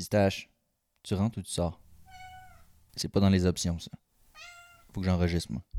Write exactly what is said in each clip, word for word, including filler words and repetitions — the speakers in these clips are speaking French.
Pistache, tu rentres ou tu sors? C'est pas dans les options, ça. Faut que j'enregistre, moi.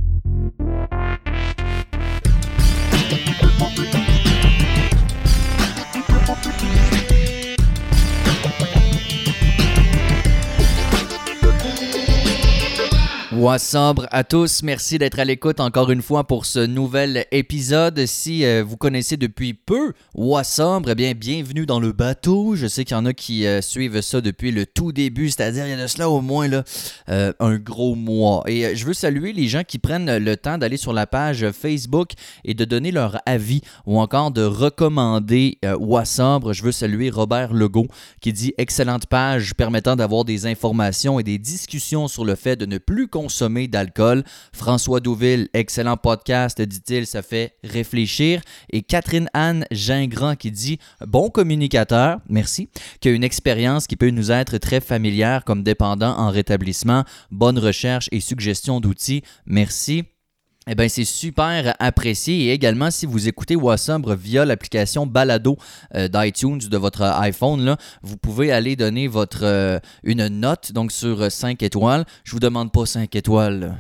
Wassabre à tous, merci d'être à l'écoute encore une fois pour ce nouvel épisode. Si euh, vous connaissez depuis peu Wassabre, eh bien bienvenue dans le bateau. Je sais qu'il y en a qui euh, suivent ça depuis le tout début, c'est-à-dire il y a de cela au moins là, euh, un gros mois. Et euh, je veux saluer les gens qui prennent le temps d'aller sur la page Facebook et de donner leur avis ou encore de recommander euh, Wassabre. Je veux saluer Robert Legault qui dit « Excellente page permettant d'avoir des informations et des discussions sur le fait de ne plus consommer consommer d'alcool. » François Douville, excellent podcast, dit-il, ça fait réfléchir. Et Catherine-Anne Gingran qui dit « Bon communicateur, merci, qui a une expérience qui peut nous être très familière comme dépendant en rétablissement. Bonne recherche et suggestion d'outils, merci. » Eh bien, c'est super apprécié. Et également, si vous écoutez Wassabre via l'application Balado euh, d'iTunes de votre iPhone, là, vous pouvez aller donner votre euh, une note donc sur cinq étoiles. Je vous demande pas cinq étoiles, là.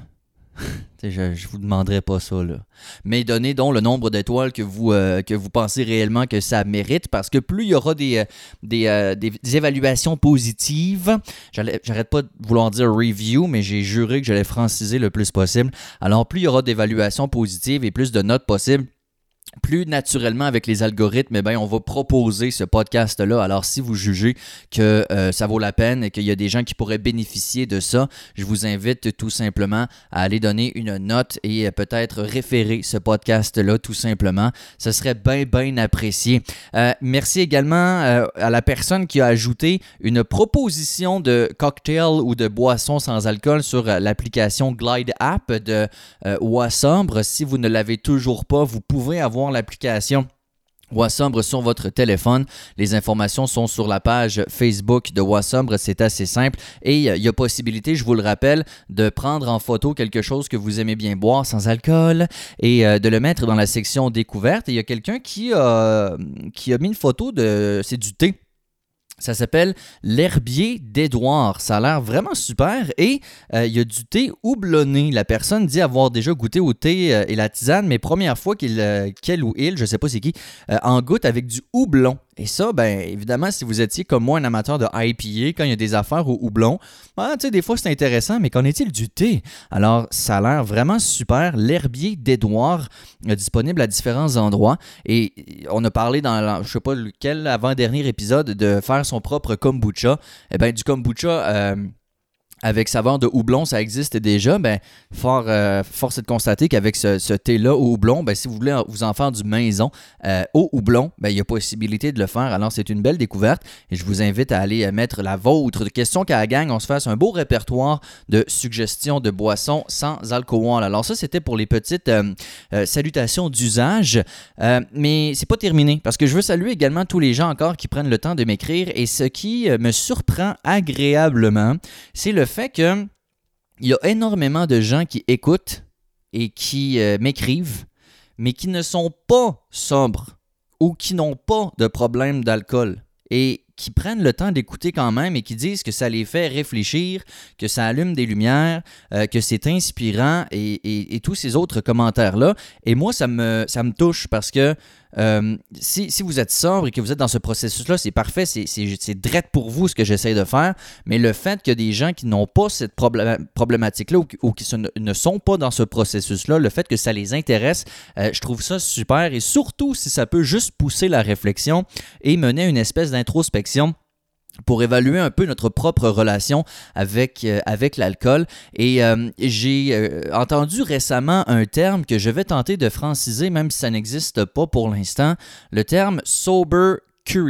Je ne vous demanderai pas ça, là. Mais donnez donc le nombre d'étoiles que vous, euh, que vous pensez réellement que ça mérite, parce que plus il y aura des, euh, des, euh, des, des évaluations positives, j'arrête pas de vouloir dire review, mais j'ai juré que j'allais franciser le plus possible. Alors plus il y aura d'évaluations positives et plus de notes possibles, plus naturellement avec les algorithmes, eh bien, on va proposer ce podcast-là. Alors, si vous jugez que euh, ça vaut la peine et qu'il y a des gens qui pourraient bénéficier de ça, je vous invite tout simplement à aller donner une note et peut-être référer ce podcast-là tout simplement. Ce serait bien, bien apprécié. Euh, merci également euh, à la personne qui a ajouté une proposition de cocktail ou de boisson sans alcool sur euh, l'application Glide App de euh, Wassabre. Si vous ne l'avez toujours pas, vous pouvez avoir l'application Wassabre sur votre téléphone. Les informations sont sur la page Facebook de Wassabre, c'est assez simple. Et il y a possibilité, je vous le rappelle, de prendre en photo quelque chose que vous aimez bien boire sans alcool et euh, de le mettre dans la section découverte. Et il y a quelqu'un qui a, qui a mis une photo de... c'est du thé. Ça s'appelle l'herbier d'Édouard. Ça a l'air vraiment super et il euh, y a du thé houblonné. La personne dit avoir déjà goûté au thé euh, et la tisane, mais première fois qu'il, euh, qu'elle ou il, je ne sais pas c'est qui, euh, en goûte avec du houblon. Et ça, bien évidemment, si vous étiez comme moi un amateur de I P A, quand il y a des affaires au houblon, ben, tu sais, des fois c'est intéressant, mais qu'en est-il du thé? Alors, ça a l'air vraiment super. L'herbier d'Édouard, euh, disponible à différents endroits. Et on a parlé dans, je ne sais pas lequel avant-dernier épisode, de faire son propre kombucha. Eh bien, du kombucha... Euh, avec saveur de houblon, ça existe déjà. Ben, fort, euh, force est de constater qu'avec ce, ce thé-là au houblon, ben, si vous voulez vous en faire du maison euh, au houblon, ben, il y a possibilité de le faire. Alors, c'est une belle découverte et je vous invite à aller mettre la vôtre. De question qu'à la gang, on se fasse un beau répertoire de suggestions de boissons sans alcool. Alors, ça, c'était pour les petites euh, euh, salutations d'usage. Euh, mais c'est pas terminé parce que je veux saluer également tous les gens encore qui prennent le temps de m'écrire et ce qui me surprend agréablement, c'est le fait qu'il y a énormément de gens qui écoutent et qui euh, m'écrivent, mais qui ne sont pas sobres ou qui n'ont pas de problème d'alcool et qui prennent le temps d'écouter quand même et qui disent que ça les fait réfléchir, que ça allume des lumières, euh, que c'est inspirant et, et, et tous ces autres commentaires-là. Et moi, ça me, ça me touche parce que euh, si, si vous êtes sobre et que vous êtes dans ce processus-là, c'est parfait, c'est, c'est, c'est drette pour vous ce que j'essaie de faire, mais le fait qu'il y a des gens qui n'ont pas cette problé- problématique-là ou, ou qui se, ne sont pas dans ce processus-là, le fait que ça les intéresse, euh, je trouve ça super et surtout si ça peut juste pousser la réflexion et mener à une espèce d'introspection pour évaluer un peu notre propre relation avec, euh, avec l'alcool. Et euh, j'ai euh, entendu récemment un terme que je vais tenter de franciser, même si ça n'existe pas pour l'instant, le terme « sober curious ».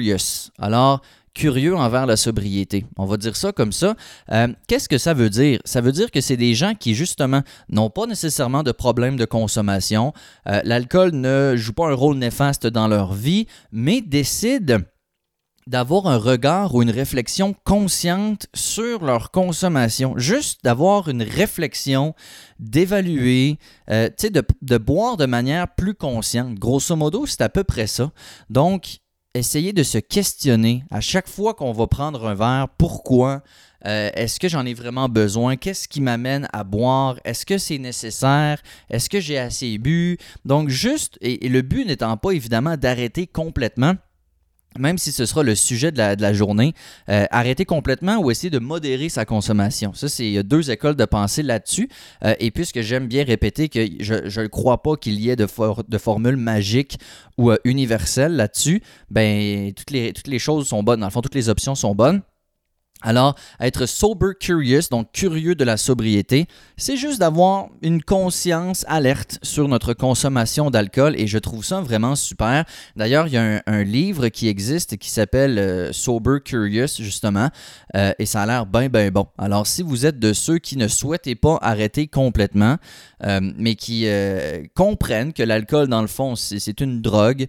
Alors, curieux envers la sobriété. On va dire ça comme ça. Euh, qu'est-ce que ça veut dire? Ça veut dire que c'est des gens qui, justement, n'ont pas nécessairement de problème de consommation. Euh, l'alcool ne joue pas un rôle néfaste dans leur vie, mais décident d'avoir un regard ou une réflexion consciente sur leur consommation. Juste d'avoir une réflexion, d'évaluer, euh, tu sais, de, de boire de manière plus consciente. Grosso modo, c'est à peu près ça. Donc, essayer de se questionner à chaque fois qu'on va prendre un verre. Pourquoi? Euh, est-ce que j'en ai vraiment besoin? Qu'est-ce qui m'amène à boire? Est-ce que c'est nécessaire? Est-ce que j'ai assez bu? Donc juste, et, et le but n'étant pas évidemment d'arrêter complètement, même si ce sera le sujet de la, de la journée, euh, arrêter complètement ou essayer de modérer sa consommation. Ça, c'est il y a deux écoles de pensée là-dessus. Euh, et puisque j'aime bien répéter que je ne crois pas qu'il y ait de, for, de formule magique ou euh, universelle là-dessus, ben toutes les, toutes les choses sont bonnes. Dans le fond, toutes les options sont bonnes. Alors, être sober curious, donc curieux de la sobriété, c'est juste d'avoir une conscience alerte sur notre consommation d'alcool et je trouve ça vraiment super. D'ailleurs, il y a un, un livre qui existe qui s'appelle euh, Sober Curious, justement, euh, et ça a l'air bien, bien bon. Alors, si vous êtes de ceux qui ne souhaitez pas arrêter complètement, euh, mais qui euh, comprennent que l'alcool, dans le fond, c'est, c'est une drogue,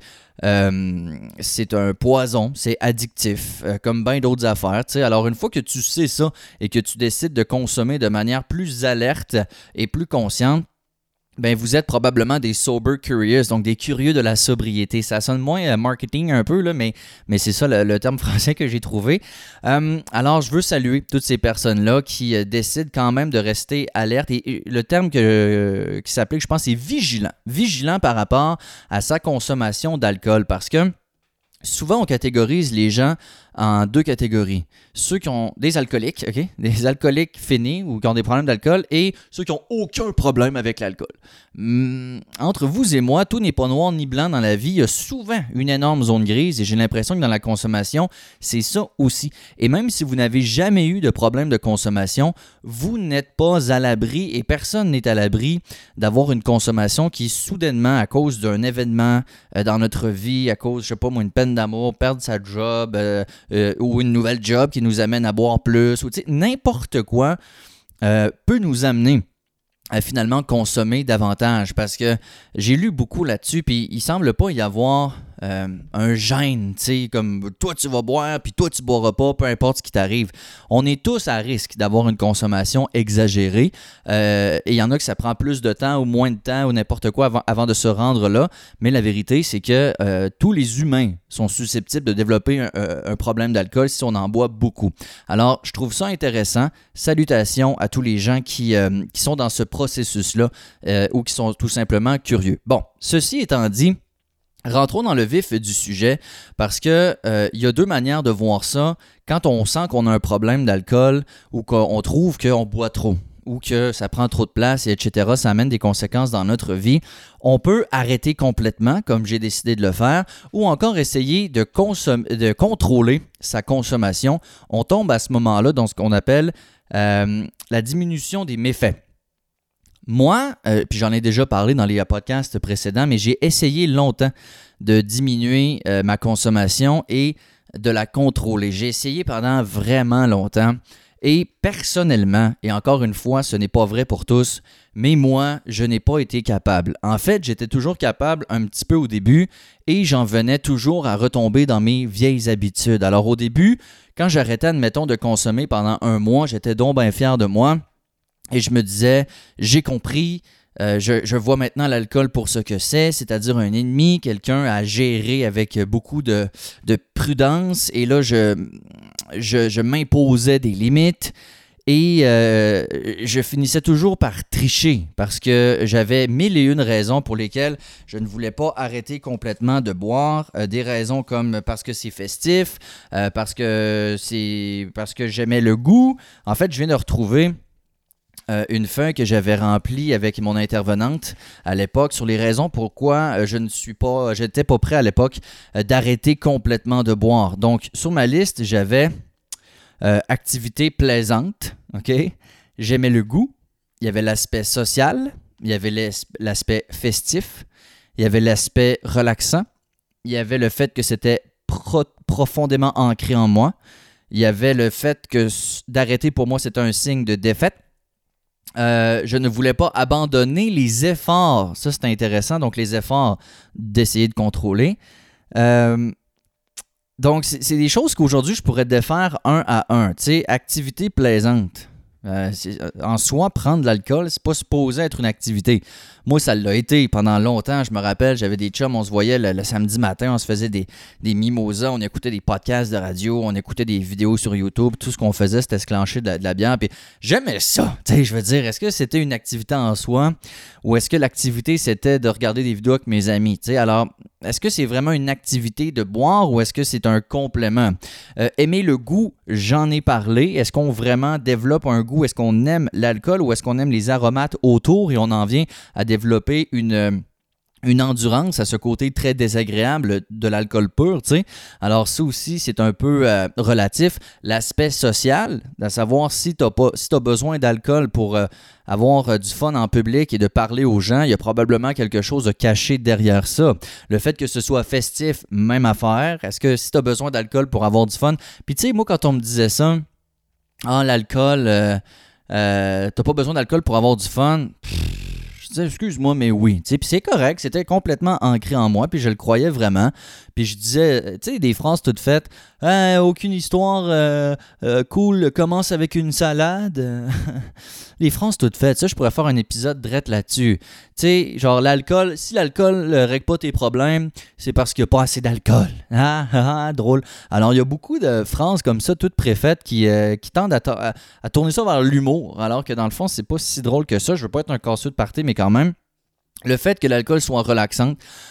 Euh, c'est un poison, c'est addictif, euh, comme bien d'autres affaires. T'sais. Alors, une fois que tu sais ça et que tu décides de consommer de manière plus alerte et plus consciente, ben vous êtes probablement des sober curious, donc des curieux de la sobriété. Ça sonne moins euh, marketing un peu, là, mais, mais c'est ça le, le terme français que j'ai trouvé. Euh, alors, je veux saluer toutes ces personnes-là qui euh, décident quand même de rester alertes. Et, et le terme que, euh, qui s'applique, je pense, c'est vigilant. Vigilant par rapport à sa consommation d'alcool, parce que souvent, on catégorise les gens en deux catégories. Ceux qui ont des alcooliques, OK? Des alcooliques finis ou qui ont des problèmes d'alcool et ceux qui n'ont aucun problème avec l'alcool. Hum, entre vous et moi, tout n'est pas noir ni blanc dans la vie. Il y a souvent une énorme zone grise et j'ai l'impression que dans la consommation, c'est ça aussi. Et même si vous n'avez jamais eu de problème de consommation, vous n'êtes pas à l'abri et personne n'est à l'abri d'avoir une consommation qui, soudainement, à cause d'un événement euh, dans notre vie, à cause, je sais pas moi, une peine d'amour, perdre sa job, euh, Euh, ou une nouvelle job qui nous amène à boire plus, ou n'importe quoi euh, peut nous amener à finalement consommer davantage parce que j'ai lu beaucoup là-dessus puis il semble pas y avoir euh, un gêne, tu sais, comme toi tu vas boire puis toi tu boiras pas, peu importe ce qui t'arrive. On est tous à risque d'avoir une consommation exagérée euh, et il y en a que ça prend plus de temps ou moins de temps ou n'importe quoi avant, avant de se rendre là, mais la vérité c'est que euh, tous les humains sont susceptibles de développer un, un problème d'alcool si on en boit beaucoup. Alors, je trouve ça intéressant. Salutations à tous les gens qui, euh, qui sont dans ce processus-là euh, ou qui sont tout simplement curieux. Bon, ceci étant dit, rentrons dans le vif du sujet parce que euh, il y a deux manières de voir ça. Quand on sent qu'on a un problème d'alcool ou qu'on trouve qu'on boit trop ou que ça prend trop de place, et cetera, ça amène des conséquences dans notre vie, on peut arrêter complètement, comme j'ai décidé de le faire, ou encore essayer de, consom- de contrôler sa consommation. On tombe à ce moment-là dans ce qu'on appelle euh, la diminution des méfaits. Moi, euh, puis j'en ai déjà parlé dans les podcasts précédents, mais j'ai essayé longtemps de diminuer euh, ma consommation et de la contrôler. J'ai essayé pendant vraiment longtemps. Et personnellement, et encore une fois, ce n'est pas vrai pour tous, mais moi, je n'ai pas été capable. En fait, j'étais toujours capable un petit peu au début et j'en venais toujours à retomber dans mes vieilles habitudes. Alors au début, quand j'arrêtais, admettons, de consommer pendant un mois, j'étais donc bien fier de moi et je me disais, j'ai compris. Euh, je, je vois maintenant l'alcool pour ce que c'est, c'est-à-dire un ennemi, quelqu'un à gérer avec beaucoup de, de prudence. Et là, je, je, je m'imposais des limites et euh, je finissais toujours par tricher parce que j'avais mille et une raisons pour lesquelles je ne voulais pas arrêter complètement de boire. Euh, des raisons comme parce que c'est festif, euh, parce que c'est parce que j'aimais le goût. En fait, je viens de retrouver Euh, une feuille que j'avais remplie avec mon intervenante à l'époque sur les raisons pourquoi euh, je ne suis pas, j'étais pas prêt à l'époque euh, d'arrêter complètement de boire. Donc, sur ma liste, j'avais euh, activité plaisante, ok? J'aimais le goût, il y avait l'aspect social, il y avait l'aspect festif, il y avait l'aspect relaxant, il y avait le fait que c'était pro- profondément ancré en moi, il y avait le fait que d'arrêter pour moi, c'était un signe de défaite. Euh, je ne voulais pas abandonner les efforts. Ça, c'est intéressant. Donc, les efforts d'essayer de contrôler. Euh, donc, c'est, c'est des choses qu'aujourd'hui, je pourrais défaire un à un. Tu sais, activité plaisante. Euh, c'est, en soi, prendre de l'alcool, c'est pas supposé être une activité. Moi, ça l'a été pendant longtemps. Je me rappelle, j'avais des chums, on se voyait le, le samedi matin, on se faisait des, des mimosas, on écoutait des podcasts de radio, on écoutait des vidéos sur YouTube. Tout ce qu'on faisait, c'était se clencher de la, de la bière. Puis j'aimais ça. Tu sais, je veux dire, est-ce que c'était une activité en soi ou est-ce que l'activité, c'était de regarder des vidéos avec mes amis? Tu sais, alors, est-ce que c'est vraiment une activité de boire ou est-ce que c'est un complément? Euh, aimer le goût, j'en ai parlé. Est-ce qu'on vraiment développe un goût? Est-ce qu'on aime l'alcool ou est-ce qu'on aime les aromates autour et on en vient à développer une, une endurance à ce côté très désagréable de l'alcool pur, tu sais? Alors ça aussi, c'est un peu euh, relatif. L'aspect social, à savoir si tu as pas, si t'as besoin d'alcool pour euh, avoir euh, du fun en public et de parler aux gens, il y a probablement quelque chose de caché derrière ça. Le fait que ce soit festif, même affaire. Est-ce que si tu as besoin d'alcool pour avoir du fun? Puis tu sais, moi, quand on me disait ça, ah, l'alcool, euh, euh, t'as pas besoin d'alcool pour avoir du fun. Pff, je disais, excuse-moi, mais oui. Puis c'est correct, c'était complètement ancré en moi, puis je le croyais vraiment. Puis je disais, tu sais, des phrases toutes faites. Hey, aucune histoire euh, euh, cool commence avec une salade. Les phrases toutes faites. Ça, je pourrais faire un épisode direct là-dessus. Tu sais, genre l'alcool, si l'alcool ne règle pas tes problèmes, c'est parce qu'il n'y a pas assez d'alcool. Ah, ah, ah, drôle. Alors, il y a beaucoup de phrases comme ça, toutes préfaites, qui, euh, qui tendent à, to- à, à tourner ça vers l'humour, alors que dans le fond, c'est pas si drôle que ça. Je veux pas être un casseux de party, mais quand même, le fait que l'alcool soit relaxant,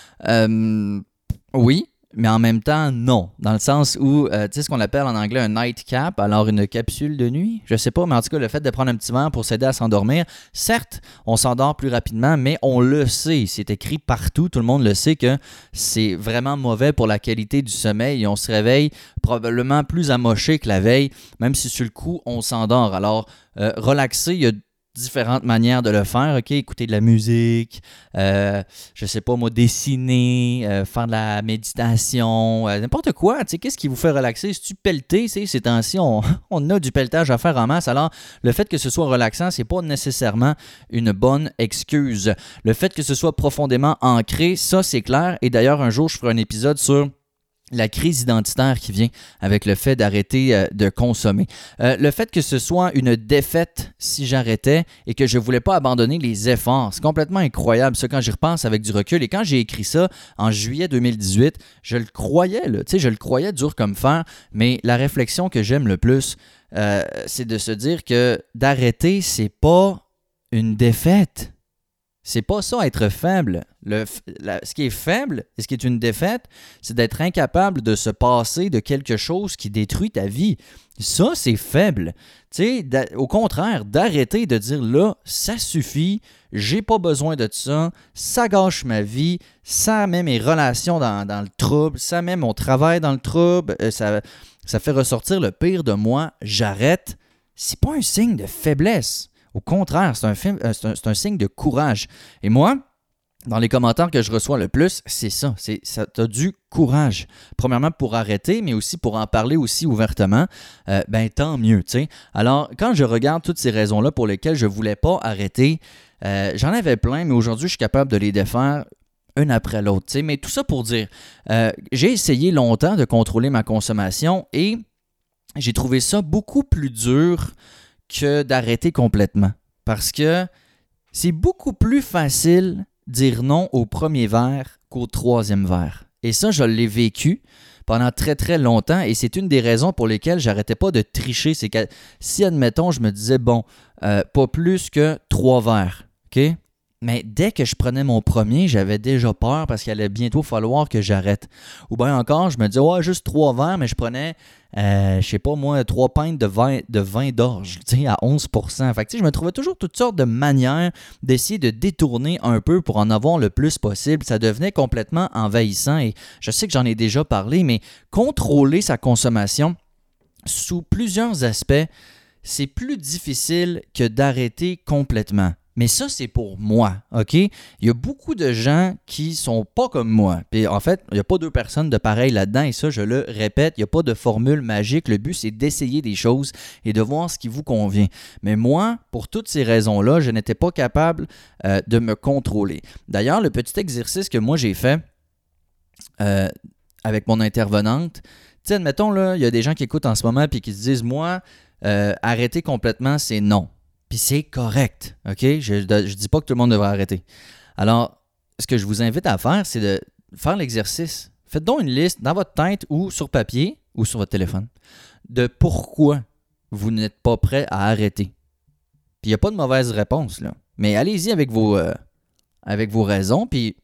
euh, oui. Mais en même temps, non. Dans le sens où, euh, tu sais ce qu'on appelle en anglais un nightcap, alors une capsule de nuit, je sais pas, mais en tout cas, le fait de prendre un petit verre pour s'aider à s'endormir, certes, on s'endort plus rapidement, mais on le sait, c'est écrit partout, tout le monde le sait que c'est vraiment mauvais pour la qualité du sommeil et on se réveille probablement plus amoché que la veille, même si sur le coup, on s'endort. Alors, euh, relaxer, il y a différentes manières de le faire, ok, écouter de la musique, euh, je sais pas moi, dessiner, euh, faire de la méditation, euh, n'importe quoi, tu sais, qu'est-ce qui vous fait relaxer? Si tu pelleter, tu sais, ces temps-ci, on, on a du pelletage à faire en masse, alors le fait que ce soit relaxant, c'est pas nécessairement une bonne excuse. Le fait que ce soit profondément ancré, ça c'est clair, et d'ailleurs un jour je ferai un épisode sur la crise identitaire qui vient avec le fait d'arrêter euh, de consommer. Euh, le fait que ce soit une défaite si j'arrêtais et que je ne voulais pas abandonner les efforts, c'est complètement incroyable ça quand j'y repense avec du recul. Et quand j'ai écrit ça en juillet deux mille dix-huit, je le croyais, là, tu sais, je le croyais dur comme fer, mais la réflexion que j'aime le plus, euh, c'est de se dire que d'arrêter, c'est pas une défaite. C'est pas ça, être faible. Le, la, ce qui est faible et ce qui est une défaite, c'est d'être incapable de se passer de quelque chose qui détruit ta vie. Ça, c'est faible. Tu sais, au contraire, d'arrêter de dire là, ça suffit, j'ai pas besoin de ça, ça gâche ma vie, ça met mes relations dans, dans le trouble, ça met mon travail dans le trouble, ça, ça fait ressortir le pire de moi, j'arrête. C'est pas un signe de faiblesse. Au contraire, c'est un, film, c'est, un, c'est un signe de courage. Et moi, dans les commentaires que je reçois le plus, c'est ça. C'est, ça t'as du courage. Premièrement, pour arrêter, mais aussi pour en parler aussi ouvertement. Euh, ben, tant mieux, tu sais. Alors, quand je regarde toutes ces raisons-là pour lesquelles je ne voulais pas arrêter, euh, j'en avais plein, mais aujourd'hui, je suis capable de les défaire une après l'autre, tu sais. Mais tout ça pour dire, euh, j'ai essayé longtemps de contrôler ma consommation et j'ai trouvé ça beaucoup plus dur que d'arrêter complètement. Parce que c'est beaucoup plus facile dire non au premier verre qu'au troisième verre. Et ça, je l'ai vécu pendant très très longtemps et c'est une des raisons pour lesquelles j'arrêtais pas de tricher. C'est que si, admettons, je me disais, bon, euh, pas plus que trois verres, OK? Mais dès que je prenais mon premier, j'avais déjà peur parce qu'il allait bientôt falloir que j'arrête. Ou bien encore, je me disais, ouais, juste trois verres, mais je prenais, euh, je sais pas moi, trois pintes de vin, de vin d'orge, tu sais, à onze pour cent. Fait que tu sais, je me trouvais toujours toutes sortes de manières d'essayer de détourner un peu pour en avoir le plus possible. Ça devenait complètement envahissant et je sais que j'en ai déjà parlé, mais contrôler sa consommation sous plusieurs aspects, c'est plus difficile que d'arrêter complètement. Mais ça, c'est pour moi, OK? Il y a beaucoup de gens qui sont pas comme moi. Puis en fait, il n'y a pas deux personnes de pareil là-dedans. Et ça, je le répète, il n'y a pas de formule magique. Le but, c'est d'essayer des choses et de voir ce qui vous convient. Mais moi, pour toutes ces raisons-là, je n'étais pas capable euh, de me contrôler. D'ailleurs, le petit exercice que moi, j'ai fait euh, avec mon intervenante, tu sais, admettons, là, il y a des gens qui écoutent en ce moment et qui se disent, moi, euh, arrêter complètement, c'est non. Puis c'est correct, OK? Je ne dis pas que tout le monde devrait arrêter. Alors, ce que je vous invite à faire, c'est de faire l'exercice. Faites donc une liste dans votre tête ou sur papier ou sur votre téléphone de pourquoi vous n'êtes pas prêt à arrêter. Puis il n'y a pas de mauvaise réponse, là. Mais allez-y avec vos, euh, avec vos raisons, puis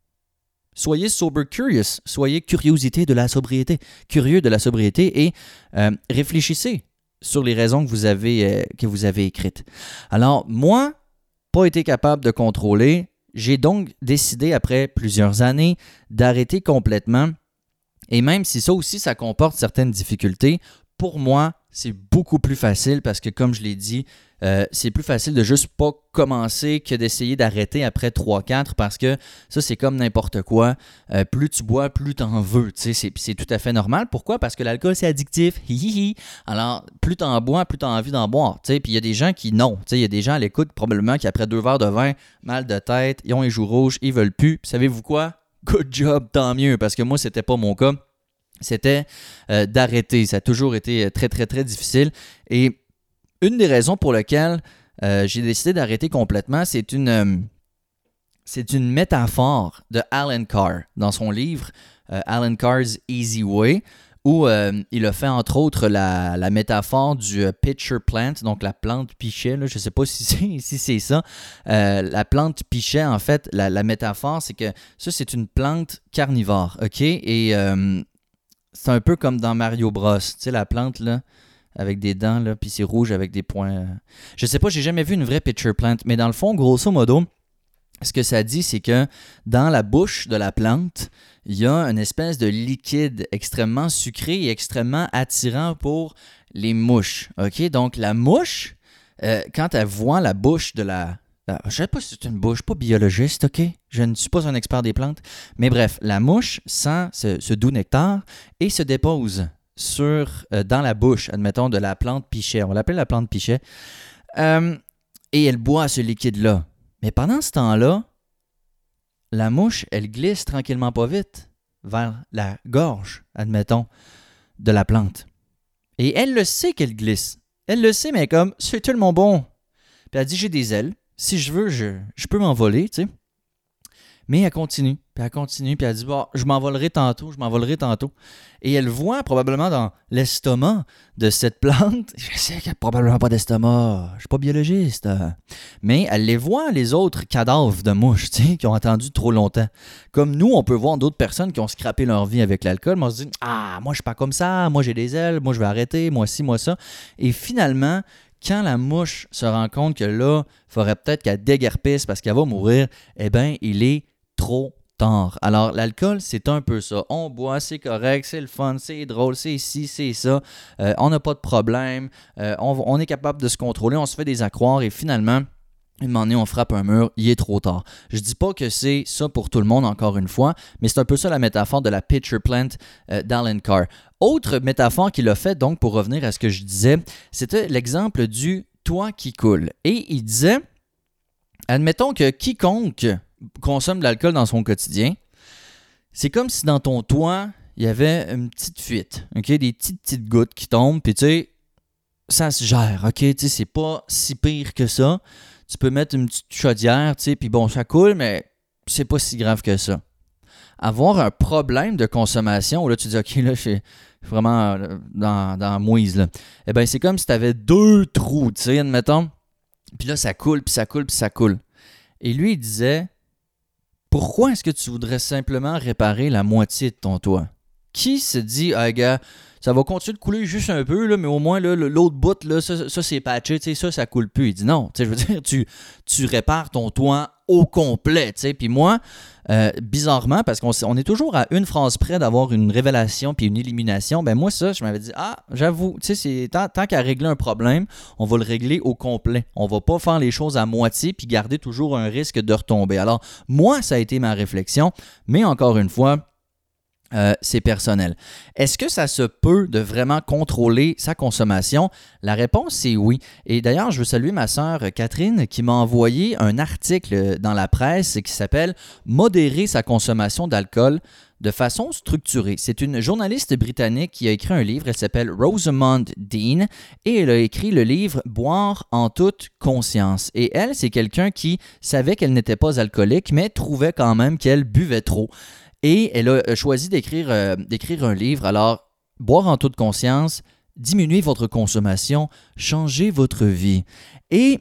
soyez sober curious, soyez curiosité de la sobriété, curieux de la sobriété et euh, réfléchissez sur les raisons que vous avez, euh, que vous avez écrites. Alors, moi, pas été capable de contrôler, j'ai donc décidé, après plusieurs années, d'arrêter complètement. Et même si ça aussi, ça comporte certaines difficultés, pour moi, c'est beaucoup plus facile parce que, comme je l'ai dit, euh, c'est plus facile de juste pas commencer que d'essayer d'arrêter après trois quatre parce que ça, c'est comme n'importe quoi. Euh, plus tu bois, plus t'en veux. C'est, c'est tout à fait normal. Pourquoi? Parce que l'alcool, c'est addictif. Hihihi. Alors, plus t'en bois, plus t'as envie d'en boire. Puis il y a des gens qui non. Il y a des gens à l'écoute probablement qui, après deux verres de vin, mal de tête, ils ont les joues rouges, ils veulent plus. Puis savez-vous quoi? Good job, tant mieux. Parce que moi, c'était pas mon cas. C'était euh, d'arrêter. Ça a toujours été très, très, très difficile. Et une des raisons pour lesquelles euh, j'ai décidé d'arrêter complètement, c'est une, euh, c'est une métaphore de Alan Carr dans son livre euh, Alan Carr's Easy Way, où euh, il a fait entre autres la, la métaphore du euh, pitcher plant, donc la plante pichet. Là, je ne sais pas si c'est, si c'est ça. Euh, la plante pichet, en fait, la, la métaphore, c'est que ça, c'est une plante carnivore. OK? Et euh, c'est un peu comme dans Mario Bros. Tu sais, la plante, là, avec des dents, là, puis c'est rouge avec des points. Je sais pas, j'ai jamais vu une vraie pitcher plant, mais dans le fond, grosso modo, ce que ça dit, c'est que dans la bouche de la plante, il y a une espèce de liquide extrêmement sucré et extrêmement attirant pour les mouches. OK? Donc, la mouche, euh, quand elle voit la bouche de la... la je sais pas si c'est une bouche, pas biologiste, OK? Je ne suis pas un expert des plantes. Mais bref, la mouche sent ce, ce doux nectar et se dépose sur, euh, dans la bouche, admettons, de la plante pichet. On l'appelle la plante pichet. Euh, et elle boit ce liquide-là. Mais pendant ce temps-là, la mouche, elle glisse tranquillement pas vite vers la gorge, admettons, de la plante. Et elle le sait qu'elle glisse. Elle le sait, mais comme, c'est tellement bon. Puis elle dit, j'ai des ailes. Si je veux, je, je peux m'envoler, tu sais. Mais elle continue, puis elle continue, puis elle dit, bon, je m'envolerai tantôt, je m'envolerai tantôt. Et elle voit probablement dans l'estomac de cette plante, je sais qu'il n'y a probablement pas d'estomac, je ne suis pas biologiste, mais elle les voit, les autres cadavres de mouches, tu sais, qui ont attendu trop longtemps. Comme nous, on peut voir d'autres personnes qui ont scrappé leur vie avec l'alcool, mais on se dit, ah, moi je suis pas comme ça, moi j'ai des ailes, moi je vais arrêter, moi ci, moi ça. Et finalement, quand la mouche se rend compte que là, il faudrait peut-être qu'elle déguerpisse parce qu'elle va mourir, eh bien, il est trop tard. Alors, l'alcool, c'est un peu ça. On boit, c'est correct, c'est le fun, c'est drôle, c'est ci, c'est ça. Euh, on n'a pas de problème. Euh, on, on est capable de se contrôler, on se fait des accroires et finalement, une moment donné, on frappe un mur, il est trop tard. Je dis pas que c'est ça pour tout le monde, encore une fois, mais c'est un peu ça la métaphore de la pitcher plant euh, d'Alan Carr. Autre métaphore qu'il a fait, donc, pour revenir à ce que je disais, c'était l'exemple du toit qui coule. Et il disait, admettons que quiconque consomme de l'alcool dans son quotidien, c'est comme si dans ton toit, il y avait une petite fuite, ok, des petites, petites gouttes qui tombent, puis tu sais, ça se gère, ok, tu sais, c'est pas si pire que ça. Tu peux mettre une petite chaudière, tu sais, puis bon, ça coule, mais c'est pas si grave que ça. Avoir un problème de consommation, où là, tu dis, ok, là, je suis vraiment dans, dans la mouise, là. Eh bien, c'est comme si tu avais deux trous, tu sais, admettons, puis là, ça coule, puis ça coule, puis ça coule. Et lui, il disait, pourquoi est-ce que tu voudrais simplement réparer la moitié de ton toit? Qui se dit, ah, gars, ça va continuer de couler juste un peu, là, mais au moins, là, l'autre bout, là, ça, ça c'est patché, ça, ça coule plus. Il dit non, je veux dire, tu, tu répares ton toit au complet. Puis moi, euh, bizarrement, parce qu'on on est toujours à une phrase près d'avoir une révélation puis une élimination, ben moi, ça, je m'avais dit, ah, j'avoue, c'est tant, tant qu'à régler un problème, on va le régler au complet. On va pas faire les choses à moitié puis garder toujours un risque de retomber. Alors, moi, ça a été ma réflexion, mais encore une fois, Euh, c'est personnel. Est-ce que ça se peut de vraiment contrôler sa consommation? La réponse, c'est oui. Et d'ailleurs, je veux saluer ma sœur Catherine qui m'a envoyé un article dans la presse qui s'appelle « Modérer sa consommation d'alcool ». de façon structurée. C'est une journaliste britannique qui a écrit un livre, elle s'appelle Rosamund Dean, et elle a écrit le livre « Boire en toute conscience ». Et elle, c'est quelqu'un qui savait qu'elle n'était pas alcoolique, mais trouvait quand même qu'elle buvait trop. Et elle a choisi d'écrire, euh, d'écrire un livre. Alors, « Boire en toute conscience », diminuez votre consommation, changez votre vie. Et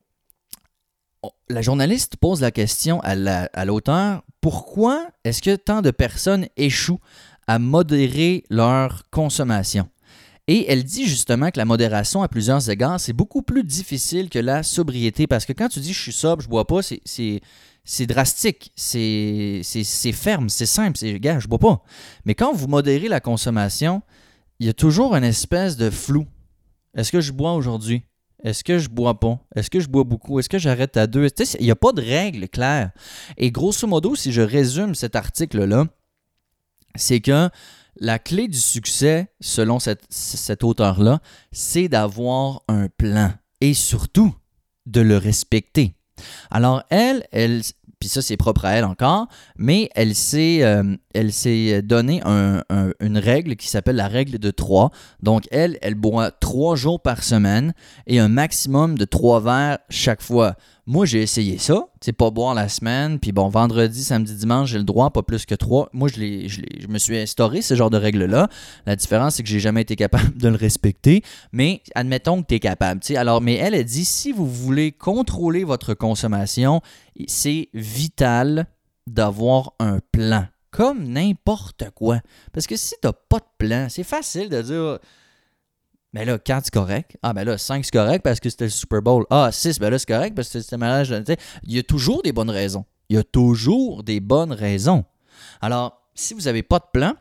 la journaliste pose la question à, la, à l'auteur, pourquoi est-ce que tant de personnes échouent à modérer leur consommation? Et elle dit justement que la modération, à plusieurs égards, c'est beaucoup plus difficile que la sobriété, parce que quand tu dis « je suis sobre, je bois pas », c'est, c'est, c'est drastique, c'est, c'est, c'est ferme, c'est simple, c'est « gars, je bois pas ». Mais quand vous modérez la consommation, il y a toujours une espèce de flou. Est-ce que je bois aujourd'hui? Est-ce que je bois pas? Est-ce que je bois beaucoup? Est-ce que j'arrête à deux? Tu sais, il n'y a pas de règle claire. Et grosso modo, si je résume cet article-là, c'est que la clé du succès, selon cette, cet auteur-là, c'est d'avoir un plan et surtout de le respecter. Alors elle, elle, puis ça c'est propre à elle encore, mais elle s'est, euh, elle s'est donné un, un, une règle qui s'appelle la règle de trois. Donc elle, elle boit trois jours par semaine et un maximum de trois verres chaque fois. Moi, j'ai essayé ça, tu sais, pas boire la semaine, puis bon, vendredi, samedi, dimanche, j'ai le droit, pas plus que trois. Moi, je, l'ai, je, l'ai, je me suis instauré ce genre de règle-là. La différence, c'est que j'ai jamais été capable de le respecter, mais admettons que tu es capable, tu sais. Alors, mais elle a dit, si vous voulez contrôler votre consommation, c'est vital d'avoir un plan, comme n'importe quoi. Parce que si tu n'as pas de plan, c'est facile de dire... Mais là, quatre, c'est correct. Ah, ben là, cinq, c'est correct parce que c'était le Super Bowl. Ah, six, ben là, c'est correct parce que c'était le mariage. Il y a toujours des bonnes raisons. Il y a toujours des bonnes raisons. Alors, si vous n'avez pas de plan,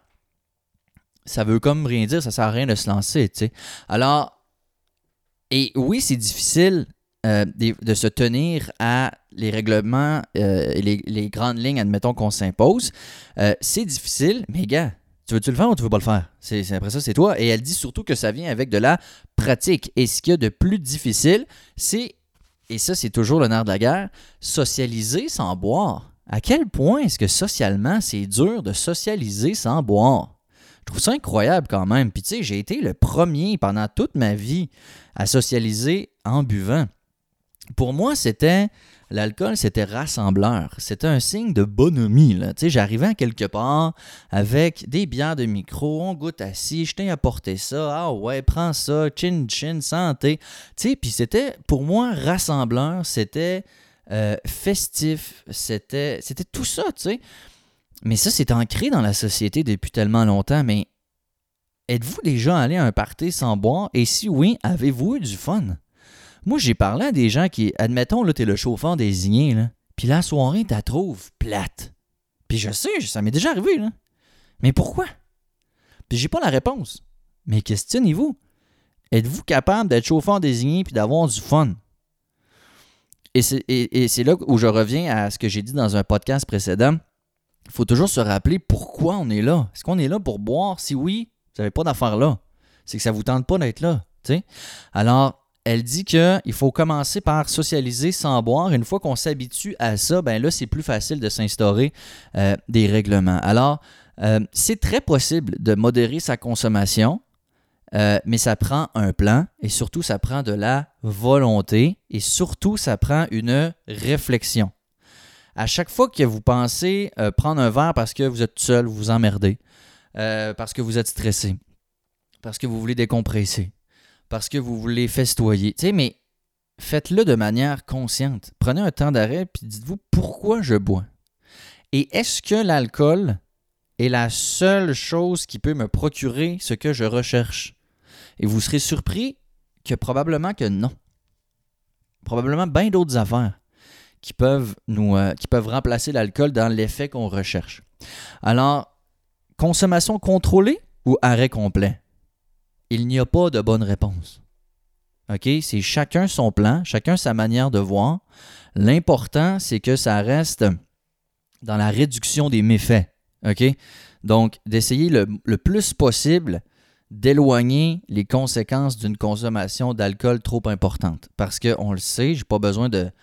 ça veut comme rien dire, ça ne sert à rien de se lancer, tu sais. Alors, et oui, c'est difficile euh, de, de se tenir à les règlements euh, et les, les grandes lignes, admettons, qu'on s'impose. Euh, c'est difficile, mais gars, tu veux-tu le faire ou tu veux pas le faire? C'est, c'est, après ça, c'est toi. Et elle dit surtout que ça vient avec de la pratique. Et ce qu'il y a de plus difficile, c'est, et ça, c'est toujours le nerf de la guerre, socialiser sans boire. À quel point est-ce que socialement, c'est dur de socialiser sans boire? Je trouve ça incroyable quand même. Puis tu sais, j'ai été le premier pendant toute ma vie à socialiser en buvant. Pour moi, c'était... L'alcool, c'était rassembleur. C'était un signe de bonhomie. Là. Tu sais, j'arrivais à quelque part avec des bières de micro, on goûte assis, je t'ai apporté ça, ah ouais, prends ça, chin chin, santé. Tu sais, puis c'était, pour moi, rassembleur, c'était euh, festif, c'était, c'était tout ça, tu sais. Mais ça, c'est ancré dans la société depuis tellement longtemps, mais êtes-vous déjà allé à un party sans boire? Et si oui, avez-vous eu du fun? Moi, j'ai parlé à des gens qui, admettons, là, t'es le chauffeur désigné, là, puis la soirée, t'as trouves plate. Puis je sais, ça m'est déjà arrivé, là. Mais pourquoi? Puis j'ai pas la réponse. Mais questionnez-vous. Êtes-vous capable d'être chauffeur désigné puis d'avoir du fun? Et c'est, et, et c'est là où je reviens à ce que j'ai dit dans un podcast précédent. Il faut toujours se rappeler pourquoi on est là. Est-ce qu'on est là pour boire? Si oui, vous n'avez pas d'affaire là. C'est que ça ne vous tente pas d'être là. T'sais? Alors, elle dit qu'il faut commencer par socialiser sans boire. Une fois qu'on s'habitue à ça, ben là, c'est plus facile de s'instaurer euh, des règlements. Alors, euh, c'est très possible de modérer sa consommation, euh, mais ça prend un plan et surtout, ça prend de la volonté et surtout, ça prend une réflexion. À chaque fois que vous pensez euh, prendre un verre parce que vous êtes tout seul, vous vous emmerdez, euh, parce que vous êtes stressé, parce que vous voulez décompresser, parce que vous voulez festoyer. Tu sais, mais faites-le de manière consciente. Prenez un temps d'arrêt et dites-vous pourquoi je bois. Et est-ce que l'alcool est la seule chose qui peut me procurer ce que je recherche? Et vous serez surpris que probablement que non. Probablement bien d'autres affaires qui peuvent, nous, euh, qui peuvent remplacer l'alcool dans l'effet qu'on recherche. Alors, consommation contrôlée ou arrêt complet? Il n'y a pas de bonne réponse. OK? C'est chacun son plan, chacun sa manière de voir. L'important, c'est que ça reste dans la réduction des méfaits. OK? Donc, d'essayer le, le plus possible d'éloigner les conséquences d'une consommation d'alcool trop importante. Parce qu'on le sait, je n'ai pas besoin de,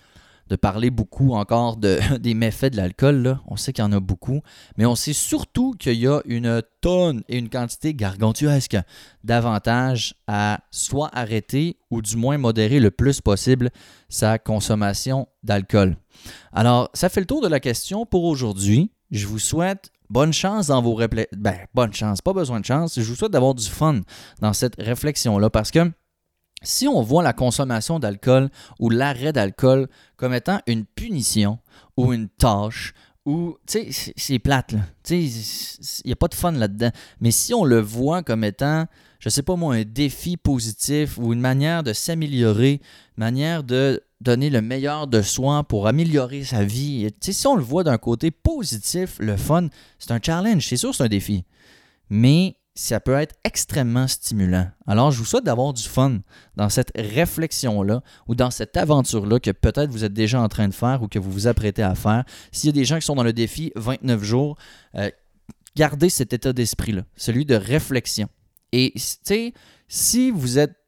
de parler beaucoup encore de, des méfaits de l'alcool. Là. On sait qu'il y en a beaucoup, mais on sait surtout qu'il y a une tonne et une quantité gargantuesque d'avantages à soit arrêter ou du moins modérer le plus possible sa consommation d'alcool. Alors, ça fait le tour de la question pour aujourd'hui. Je vous souhaite bonne chance dans vos réflexions. Ben, bonne chance, pas besoin de chance. Je vous souhaite d'avoir du fun dans cette réflexion-là parce que si on voit la consommation d'alcool ou l'arrêt d'alcool comme étant une punition ou une tâche, ou, tu sais, c'est plate, là. Tu sais, il n'y a pas de fun là-dedans. Mais si on le voit comme étant, je sais pas moi, un défi positif ou une manière de s'améliorer, une manière de donner le meilleur de soi pour améliorer sa vie, tu sais, si on le voit d'un côté positif, le fun, c'est un challenge, c'est sûr c'est un défi. Mais ça peut être extrêmement stimulant. Alors, je vous souhaite d'avoir du fun dans cette réflexion-là ou dans cette aventure-là que peut-être vous êtes déjà en train de faire ou que vous vous apprêtez à faire. S'il y a des gens qui sont dans le défi vingt-neuf jours, euh, gardez cet état d'esprit-là, celui de réflexion. Et, tu sais, si vous êtes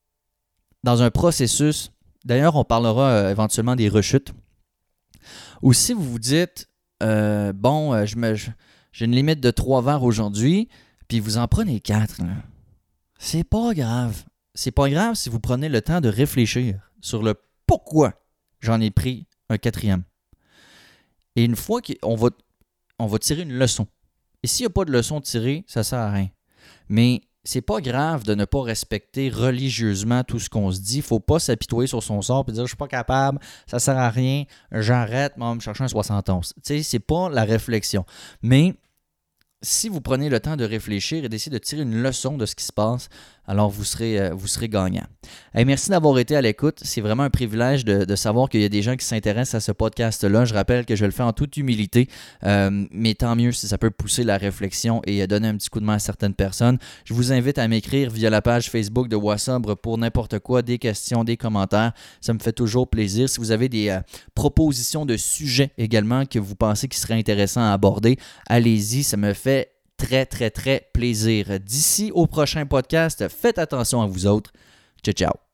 dans un processus, d'ailleurs, on parlera euh, éventuellement des rechutes, ou si vous vous dites, euh, bon, euh, je me, je, j'ai une limite de trois verres aujourd'hui, puis vous en prenez quatre, là. C'est pas grave. C'est pas grave si vous prenez le temps de réfléchir sur le pourquoi j'en ai pris un quatrième. Et une fois qu'on va, on va tirer une leçon. Et s'il n'y a pas de leçon tirée, ça ne sert à rien. Mais c'est pas grave de ne pas respecter religieusement tout ce qu'on se dit. Il ne faut pas s'apitoyer sur son sort et dire « je suis pas capable, ça ne sert à rien, j'arrête, moi, me chercher un soixante et onze ». Tu sais, c'est pas la réflexion. Mais si vous prenez le temps de réfléchir et d'essayer de tirer une leçon de ce qui se passe, alors vous serez, euh, vous serez gagnant. Hey, merci d'avoir été à l'écoute. C'est vraiment un privilège de, de savoir qu'il y a des gens qui s'intéressent à ce podcast-là. Je rappelle que je le fais en toute humilité, euh, mais tant mieux si ça peut pousser la réflexion et donner un petit coup de main à certaines personnes. Je vous invite à m'écrire via la page Facebook de Wassobre pour n'importe quoi, des questions, des commentaires. Ça me fait toujours plaisir. Si vous avez des euh, propositions de sujets également que vous pensez qui seraient intéressants à aborder, allez-y, ça me fait très, très, très plaisir. D'ici au prochain podcast, faites attention à vous autres. Ciao, ciao.